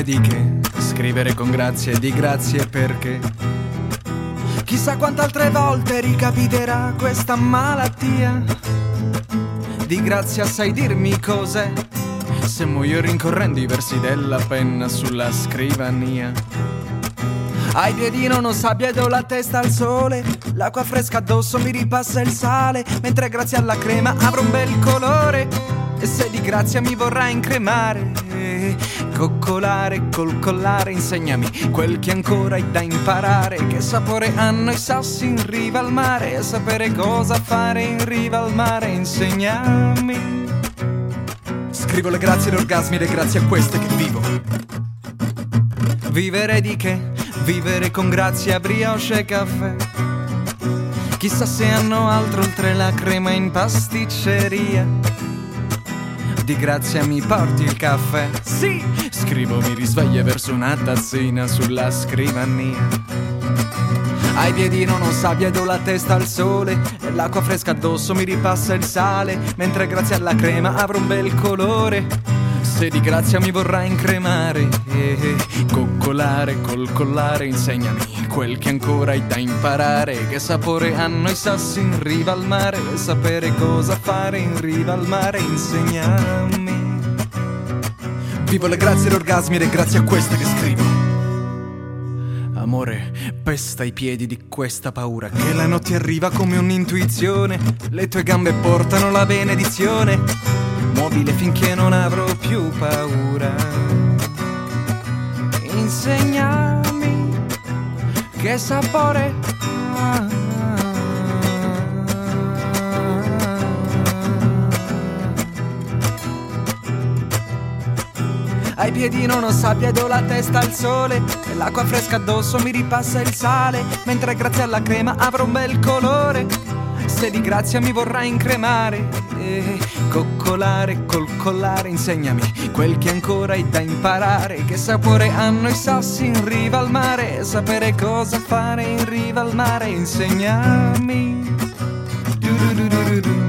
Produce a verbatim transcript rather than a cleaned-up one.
di che, scrivere con grazie di grazie perché chissà quante altre volte ricapiterà questa malattia. Di grazia sai dirmi cos'è, se muoio rincorrendo i versi della penna sulla scrivania. Ai piedi non ho sabbia ed ho la testa al sole, l'acqua fresca addosso mi ripassa il sale, mentre grazie alla crema avrò un bel colore. E se di grazia mi vorrai incremare, coccolare col collare, insegnami quel che ancora hai da imparare. Che sapore hanno i sassi in riva al mare, a sapere cosa fare in riva al mare, insegnami. Scrivo le grazie e gli orgasmi ed è grazie a queste che vivo. Vivere di che? Vivere con grazia, brioche e caffè. Chissà se hanno altro oltre la crema in pasticceria. Di grazia mi porti il caffè? Sì! Scrivo mi risveglia verso una tazzina sulla scrivania. Ai piedi non ho sabbia ed ho la testa al sole, e l'acqua fresca addosso mi ripassa il sale, mentre grazie alla crema avrò un bel colore. Se di grazia mi vorrai incremare, eh, coccolare col collare, insegnami quel che ancora hai da imparare. Che sapore hanno i sassi in riva al mare, sapere cosa fare in riva al mare, insegnami. Vivo le grazie e gli orgasmi ed è grazie a queste che scrivo. Amore, pesta i piedi di questa paura, che la notte arriva come un'intuizione. Le tue gambe portano la benedizione, muovile finché non avrò più paura. Insegnami che sapore ha. Ai piedi non ho sabbia ed ho la testa al sole, e l'acqua fresca addosso mi ripassa il sale, mentre grazie alla crema avrò un bel colore. Se di grazia mi vorrai incremare, eh, coccolare col collare, insegnami quel che ancora hai da imparare. Che sapore hanno i sassi in riva al mare, sapere cosa fare in riva al mare, insegnami. Du du du du du.